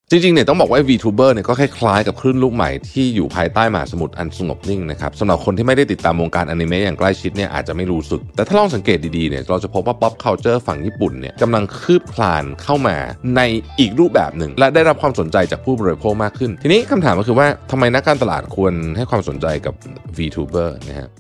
จริงๆเนี่ยต้องบอกว่า VTuber เนี่ยก็คล้ายๆกับคลื่นลูกใหม่ที่อยู่ภายใต้มหาสมุทรอันสงบนิ่งนะครับสำหรับคนที่ไม่ได้ติดตามวงการอนิเมะอย่างใกล้ชิดเนี่ยอาจจะไม่รู้สึกแต่ถ้าลองสังเกตดีๆเนี่ยเราจะพบว่า pop culture ฝั่งญี่ปุ่นเนี่ยกำลังคืบคลานเข้ามาในอีกรูปแบบหนึ่งและได้รับความสนใจจากผู้บริโภคมากขึ้นทีนี้คำถามก็คือว่าทำไมนักการตลาดควรให้ความสนใจกับ VTuber นะฮะ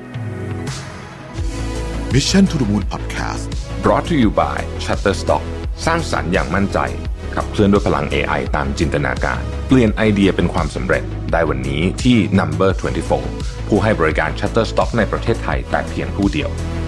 Mission to the Moon Podcast brought to you by Shutterstock สร้างสรรค์อย่างมั่นใจขับเคลื่อนด้วยพลัง AI ตามจินตนาการเปลี่ยนไอเดียเป็นความสำเร็จได้วันนี้ที่ Number 24 ผู้ให้บริการ Shutterstock ในประเทศไทยแต่เพียงผู้เดียว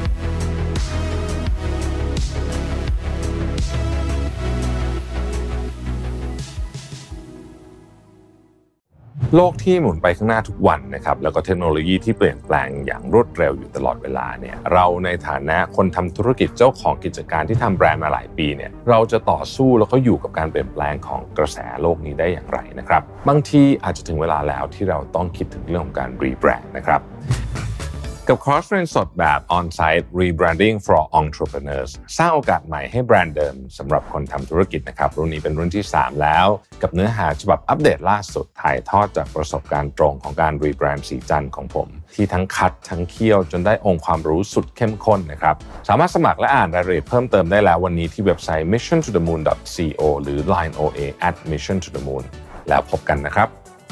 โลกที่หมุนไปข้างหน้าทุกวันนะครับแล้วก็เทคโนโลยีที่เปลี่ยนแปลงอย่างรวดเร็วอยู่ตลอดเวลาเนี่ยเราในฐานะคนทำธุรกิจเจ้าของกิจการที่ทำแบรนด์มาหลายปีเนี่ยเราจะต่อสู้แล้วก็อยู่กับการเปลี่ยนแปลงของกระแสโลกนี้ได้อย่างไรนะครับบางทีอาจจะถึงเวลาแล้วที่เราต้องคิดถึงเรื่องของการรีแบรนด์นะครับกับคอร์สเรียนสดแบบ On-site Rebranding for Entrepreneurs สร้างโอกาสใหม่ให้แบรนด์เดิมสำหรับคนทำธุรกิจนะครับรุ่นนี้เป็นรุ่นที่3แล้วกับเนื้อหาฉบับอัปเดตล่าสุดถ่ายทอดจากประสบการณ์ตรงของการรีแบรนด์สีจันทร์ของผมที่ทั้งคัดทั้งเคี่ยวจนได้องค์ความรู้สุดเข้มข้นนะครับสามารถสมัครและอ่านรายละเอียดเพิ่มเติมได้แล้ววันนี้ที่เว็บไซต์ missiontothemoon.co หรือ Line OA @missiontothemoon แล้วพบกันนะครับ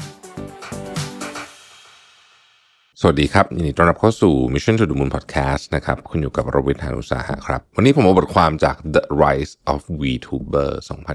สวัสดีครับยินดีต้อนรับเข้าสู่ Mission to the Moon Podcast นะครับคุณอยู่กับรวิทย์ หาญอุตสาหะครับวันนี้ผมเอาบทความจาก The Rise of VTuber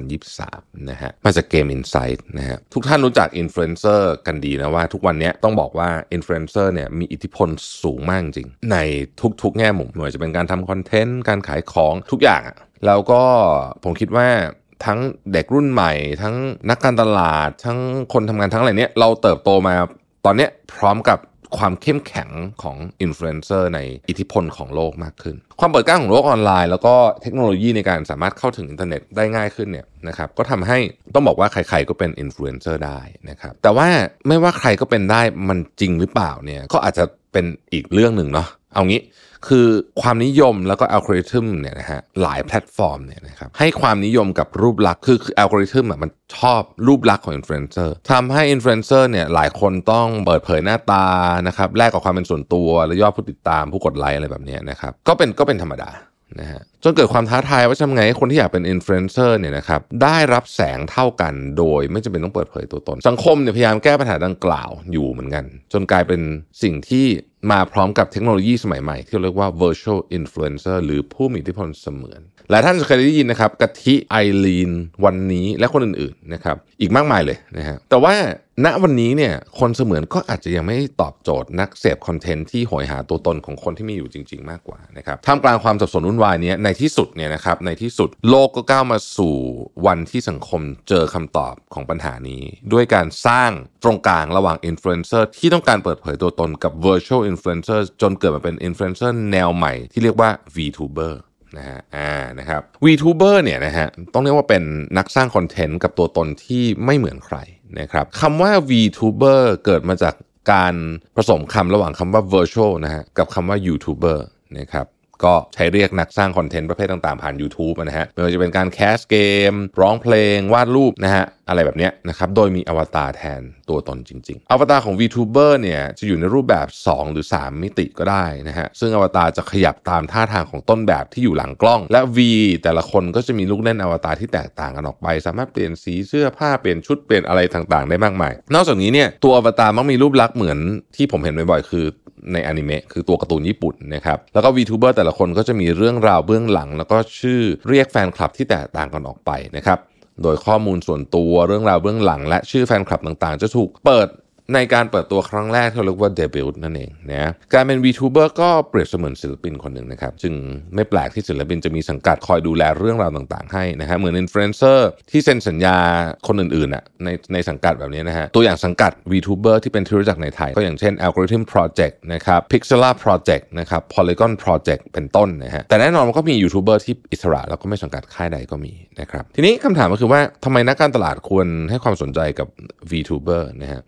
2023 นะฮะมาจาก Game Insight นะฮะทุกท่านรู้จักอินฟลูเอนเซอร์กันดีนะว่าทุกวันนี้ต้องบอกว่าอินฟลูเอนเซอร์เนี่ยมีอิทธิพลสูงมากจริงในทุกๆแง่มุมไม่ว่าจะเป็นการทำคอนเทนต์การขายของทุกอย่างแล้วก็ผมคิดว่าทั้งเด็กรุ่นใหม่ทั้งนักการตลาดทั้งคนทำงานทั้งอะไรเนี้ยเราเติบโตมาตอนนี้พร้อมกับความเข้มแข็งของอินฟลูเอนเซอร์ในอิทธิพลของโลกมากขึ้นความเปิดกว้างของโลกออนไลน์แล้วก็เทคโนโลยีในการสามารถเข้าถึงอินเทอร์เน็ตได้ง่ายขึ้นเนี่ยนะครับก็ทำให้ต้องบอกว่าใครๆก็เป็นอินฟลูเอนเซอร์ได้นะครับแต่ว่าไม่ว่าใครก็เป็นได้มันจริงหรือเปล่าเนี่ยก็อาจจะเป็นอีกเรื่องหนึ่งเนาะเอางี้คือความนิยมแล้วก็อัลกอริทึมเนี่ยนะฮะหลายแพลตฟอร์มเนี่ยนะครับให้ความนิยมกับรูปลักษณ์คืออัลกอริทึมมันชอบรูปลักษณ์ของอินฟลูเอนเซอร์ทำให้อินฟลูเอนเซอร์เนี่ยหลายคนต้องเปิดเผยหน้าตานะครับแลกกับความเป็นส่วนตัวและยอดผู้ติดตามผู้กดไลค์อะไรแบบนี้นะครับก็เป็นธรรมดานะฮะจนเกิดความท้าทายว่าทำไงให้คนที่อยากเป็นอินฟลูเอนเซอร์เนี่ยนะครับได้รับแสงเท่ากันโดยไม่จำเป็นต้องเปิดเผยตัวตนสังคมเนี่ยพยายามแก้ปัญหาดังกล่าวอยู่เหมือนกันจนกลายเป็นสิ่งที่มาพร้อมกับเทคโนโลยีสมัยใหม่ที่เรียกว่า virtual influencer หรือผู้มีอิทธิพลเสมือนหลายท่านจะเคยได้ยินนะครับกะทิไอรีนวันนี้และคนอื่นๆนะครับอีกมากมายเลยนะฮะแต่ว่าณวันนี้เนี่ยคนเสมือนก็อาจจะยังไม่ตอบโจทย์นักเสพคอนเทนต์ที่โหยหาตัวตนของคนที่มีอยู่จริงๆมากกว่านะครับท่ามกลางความสับสนวุ่นวายนี้ในที่สุดเนี่ยนะครับในที่สุดโลกก็ก้าวมาสู่วันที่สังคมเจอคำตอบของปัญหานี้ด้วยการสร้างตรงกลางระหว่างอินฟลูเอนเซอร์ที่ต้องการเปิดเผยตัวตนกับ virtual influencer จนเกิดมาเป็นอินฟลูเอนเซอร์แนวใหม่ที่เรียกว่า VTuberนะครับ VTuber เนี่ยนะฮะต้องเรียกว่าเป็นนักสร้างคอนเทนต์กับตัวตนที่ไม่เหมือนใครนะครับคำว่า VTuber เกิดมาจากการผสมคำระหว่างคำว่า virtual นะฮะกับคำว่า YouTuber นะครับก็ใช้เรียกนักสร้างคอนเทนต์ประเภทต่างๆผ่าน YouTube นะฮะไม่ว่าจะเป็นการแคสเกมร้องเพลงวาดรูปนะฮะอะไรแบบนี้นะครับโดยมีอวตารแทนตัวตนจริงๆอวตารของ VTuber เนี่ยจะอยู่ในรูปแบบ2หรือ3มิติก็ได้นะฮะซึ่งอวตารจะขยับตามท่าทางของต้นแบบที่อยู่หลังกล้องและ V แต่ละคนก็จะมีลูกเล่นอวตารที่แตกต่างกันออกไปสามารถเปลี่ยนสีเสื้อผ้าเปลี่ยนชุดเปลี่ยนอะไรต่างๆได้มากมายนอกจากนี้เนี่ยตัวอวตารมักมีรูปลักษณ์เหมือนที่ผมเห็นบ่อยๆคือในอนิเมะคือตัวการ์ตูนญี่ปุ่นนะครับแล้วก็ VTuber แต่ละคนก็จะมีเรื่องราวเบื้องหลังแล้วก็ชื่อเรียกแฟนคลับที่แตกต่างกันออกไปนะครับโดยข้อมูลส่วนตัวเรื่องราวเบื้องหลังและชื่อแฟนคลับต่างๆจะถูกเปิดในการเปิดตัวครั้งแรกที่เรียกว่าเดบิวต์นั่นเองนะการเป็น VTuber ก็เปรียบเสมือนศิลปินคนหนึ่งนะครับจึงไม่แปลกที่ศิลปินจะมีสังกัดคอยดูแลเรื่องราวต่างๆให้นะฮะเหมือนอินฟลูเอนเซอร์ที่เซ็นสัญญาคนอื่นๆในสังกัดแบบนี้นะฮะตัวอย่างสังกัด VTuber ที่เป็นที่รู้จักในไทยก็อย่างเช่น Algorithm Project นะครับ Pixela Project นะครับ Polygon Project เป็นต้นนะฮะแต่แน่นอนมันก็มี YouTuber ที่อิสระแล้วก็ไม่สังกัดค่ายใดก็มีนะครับทีนี้คำถามก็คือว่าทำไมนักการตลาดควรให้ความสนใจกับ VTuber นะฮะฐานแฟนคลับ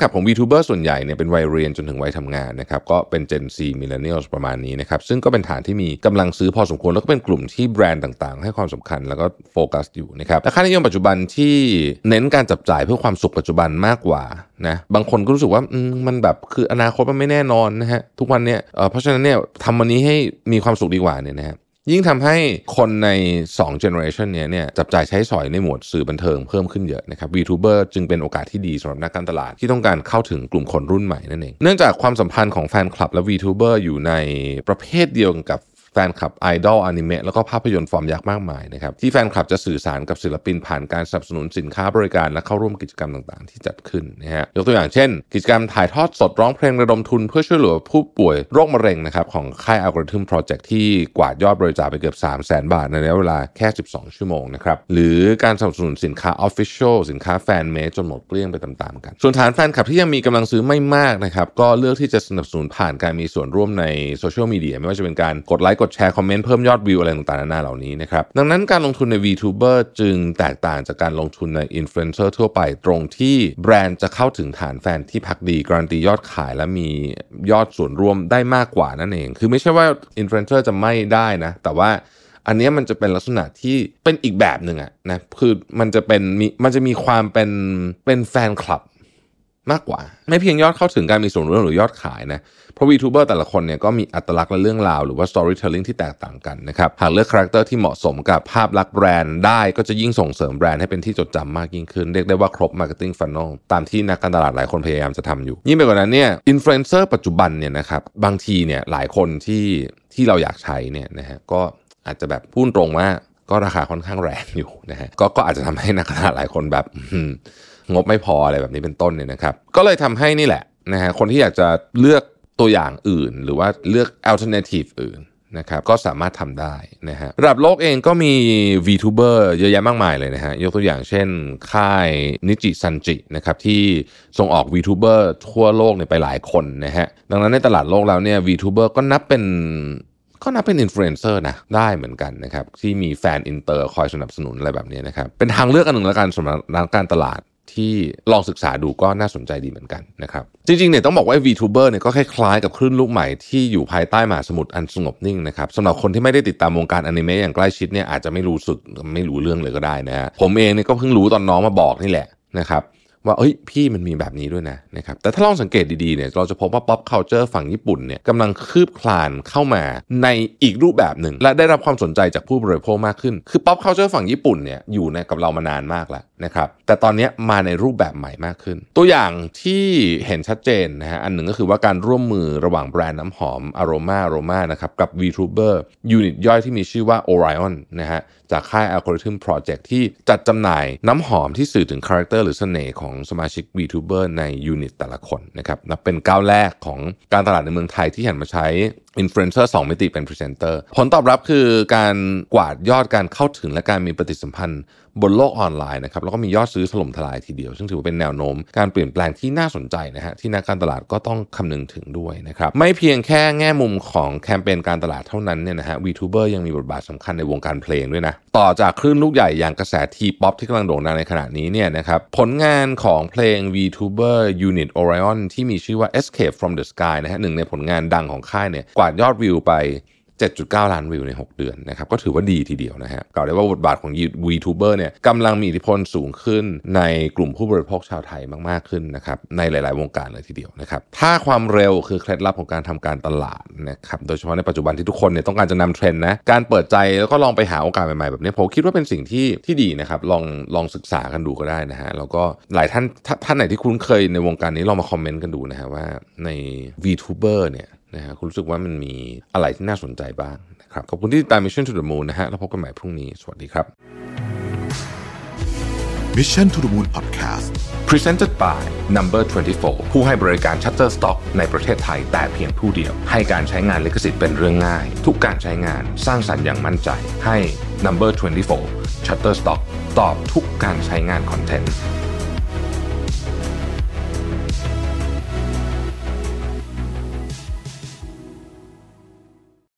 คลับของ VTuber ส่วนใหญ่เนี่ยเป็นวัยเรียนจนถึงวัยทำงานนะครับก็เป็น Gen Z Millennials ประมาณนี้นะครับซึ่งก็เป็นฐานที่มีกำลังซื้อพอสมควรแล้วก็เป็นกลุ่มที่แบรนด์ต่างๆให้ความสำคัญแล้วก็โฟกัสอยู่นะครับแต่ค่านิยมปัจจุบันที่เน้นการจับจ่ายเพื่อความสุขปัจจุบันมากกว่านะบางคนก็รู้สึกว่ามันแบบคืออนาคตมันไม่แน่นอนนะฮะทุกวันเนี่ยเพราะฉะนั้นเนี่ยทำวันนี้ให้มีความสุขดีกว่าเนี่ยนะฮะยิ่งทำให้คนใน2 generation เนี่ยจับจ่ายใช้สอยในหมวดสื่อบันเทิงเพิ่มขึ้นเยอะนะครับ VTuber จึงเป็นโอกาสที่ดีสำหรับนักการตลาดที่ต้องการเข้าถึงกลุ่มคนรุ่นใหม่นั่นเองเนื่องจากความสัมพันธ์ของแฟนคลับและ VTuber อยู่ในประเภทเดียวกับแฟนคลับไอดอลอนิเมะแล้วก็ภาพยนตร์ฟอร์มยักษ์มากมายนะครับที่แฟนคลับจะสื่อสารกับศิลปินผ่านการสนับสนุนสินค้าบริการและเข้าร่วมกิจกรรมต่างๆที่จัดขึ้นนะฮะยกตัวอย่างเช่นกิจกรรมถ่ายทอดสดร้องเพลงระดมทุนเพื่อช่วยเหลือผู้ป่วยโรคมะเร็งนะครับของค่าย Algorithm Project ที่กวาดยอดบริจาคไปเกือบ 300,000 บาทในระยะเวลาแค่12ชั่วโมงนะครับหรือการสนับสนุนสินค้า Official สินค้าแฟนเมดจนหมดเกลี้ยงไปตามๆกันส่วนฐานแฟนคลับที่ยังมีกำลังซื้อไม่มากนะครับก็เลือกที่จะสนับสนุนผ่านการมีส่วนร่วมในโซเชียลมีเดียไม่ว่าจะเป็นการกดไลค์กดแชร์คอมเมนต์เพิ่มยอดวิวอะไรต่างๆนานาเหล่านี้นะครับดังนั้นการลงทุนใน VTuber จึงแตกต่างจากการลงทุนใน Influencer ทั่วไปตรงที่แบรนด์จะเข้าถึงฐานแฟนที่พักดีการันตียอดขายและมียอดส่วนร่วมได้มากกว่านั่นเองคือไม่ใช่ว่า Influencer จะไม่ได้นะแต่ว่าอันนี้มันจะเป็นลักษณะที่เป็นอีกแบบหนึ่งอะนะคือมันจะมีความเป็นแฟนคลับมากกว่าไม่เพียงยอดเข้าถึงการมีส่วนร่วมหรือยอดขายนะเพราะ VTuber แต่ละคนเนี่ยก็มีอัตลักษณ์และเรื่องราวหรือว่า storytelling ที่แตกต่างกันนะครับหากเลือกคาแรคเตอร์ที่เหมาะสมกับภาพลักษณ์แบรนด์ได้ก็จะยิ่งส่งเสริมแบรนด์ให้เป็นที่จดจำมากยิ่งขึ้นเรียกได้ว่าครบ marketing funnel ตามที่นักการตลาดหลายคนพยายามจะทำอยู่ยิ่งไปกว่านั้นเนี่ย influencer ปัจจุบันเนี่ยนะครับบางทีเนี่ยหลายคนที่เราอยากใช้เนี่ยนะฮะก็อาจจะแบบพูดตรงว่าก็ราคาค่อนข้างแรงอยู่นะฮะก็อาจจะทำให้นักการตลาดหลายคนแบบงบไม่พออะไรแบบนี้เป็นต้นเนี่ยนะครับก็เลยทำให้นี่แหละนะฮะคนที่อยากจะเลือกตัวอย่างอื่นหรือว่าเลือก alternative อื่นนะครับก็สามารถทำได้นะฮะระดับโลกเองก็มี VTuber เยอะแยะมากมายเลยนะฮะยกตัวอย่างเช่นค่ายนิจิซันจินะครับที่ส่งออก VTuber ทั่วโลกเนี่ยไปหลายคนนะฮะดังนั้นในตลาดโลกแล้วเนี่ย VTuber ก็นับเป็นอินฟลูเอนเซอร์นะได้เหมือนกันนะครับที่มีแฟนอินเตอร์คอยสนับสนุนอะไรแบบนี้นะครับเป็นทางเลือกอันหนึ่งแล้วกันสำหรับนักการตลาดที่ลองศึกษาดูก็น่าสนใจดีเหมือนกันนะครับจริงๆเนี่ยต้องบอกว่า VTuber เนี่ยก็คล้ายๆกับคลื่นลูกใหม่ที่อยู่ภายใต้มหาสมุทรอันสงบนิ่งนะครับสำหรับคนที่ไม่ได้ติดตามวงการอนิเมะอย่างใกล้ชิดเนี่ยอาจจะไม่รู้เรื่องเลยก็ได้นะฮะผมเองเนี่ยก็เพิ่งรู้ตอนน้องมาบอกนี่แหละนะครับว่าพี่มันมีแบบนี้ด้วยนะครับแต่ถ้าลองสังเกตดีๆเนี่ยเราจะพบว่า pop culture ฝั่งญี่ปุ่นเนี่ยกำลังคืบคลานเข้ามาในอีกรูปแบบหนึ่งและได้รับความสนใจจากผู้บริโภคมากขึ้นคือ pop culture ฝั่งญี่ปุ่นเนี่ยอยู่ในกับเรามานานมากแล้วนะครับแต่ตอนนี้มาในรูปแบบใหม่มากขึ้นตัวอย่างที่เห็นชัดเจนนะฮะอันหนึ่งก็คือว่าการร่วมมือระหว่างแบรนด์น้ำหอม Aroma นะครับกับ VTuber ยูนิตย่อยที่มีชื่อว่า Orion นะฮะจากค่าย Algorithm Project ที่จัดจำหน่ายน้ำหอมที่สื่อถึงคาแรคเตอร์หรือเสน่ห์ของสมาชิก VTuber ในยูนิตแต่ละคนนะครับนับเป็นก้าวแรกของการตลาดในเมืองไทยที่หันมาใช้อินฟลูเอนเซอร์2มิติเป็นพรีเซนเตอร์ผลตอบรับคือการกวาดยอดการเข้าถึงและการมีปฏิสัมพันธ์บนโลกออนไลน์นะครับแล้วก็มียอดซื้อถล่มทลายทีเดียวซึ่งถือว่าเป็นแนวโน้มการเปลี่ยนแปลงที่น่าสนใจนะฮะที่นักการตลาดก็ต้องคำนึงถึงด้วยนะครับไม่เพียงแค่แง่มุมของแคมเปญการตลาดเท่านั้นเนี่ยนะฮะ VTuber ยังมีบทบาทสำคัญในวงการเพลงด้วยนะต่อจากคลื่นลูกใหญ่อย่างกระแส T-POP ที่กำลังโด่งดังในขณะนี้เนี่ยนะครับผลงานของเพลง VTuber Unit Orion ที่มีชื่อว่า Escape from the Sky นะฮะหนึ่งในผลงานดังของค่ายเนี่ยกวาดยอดวิวไป 7.9 ล้านวิวใน6เดือนนะครับก็ถือว่าดีทีเดียวนะฮะกล่าวได้ว่าบทบาทของ VTuber เนี่ยกำลังมีอิทธิพลสูงขึ้นในกลุ่มผู้บริโภคชาวไทยมากๆขึ้นนะครับในหลายๆวงการเลยทีเดียวนะครับถ้าความเร็วคือเคล็ดลับของการทำการตลาดนะครับโดยเฉพาะในปัจจุบันที่ทุกคนเนี่ยต้องการจะนำเทรนด์นะการเปิดใจแล้วก็ลองไปหาโอกาสใหม่ๆแบบนี้ผมคิดว่าเป็นสิ่งที่ดีนะครับลองศึกษากันดูก็ได้นะฮะแล้วก็หลายท่านไหนที่คุ้นเคยในวงการนี้ลองมาคอมเมนต์กันดูนะฮะว่าใน VTuber เนี่ยนะฮะคุณรู้สึกว่ามันมีอะไรที่น่าสนใจบ้างนะครับขอบคุณที่ติดตาม Mission to the Moon นะฮะแล้วพบกันใหม่พรุ่งนี้สวัสดีครับ Mission to the Moon Podcast Presented by Number 24 ผู้ให้บริการ Shutterstock ในประเทศไทยแต่เพียงผู้เดียวให้การใช้งานลิขสิทธิ์เป็นเรื่องง่ายทุกการใช้งานสร้างสรรค์อย่างมั่นใจให้ Number 24 Shutterstock ตอบทุกการใช้งานคอนเทนต์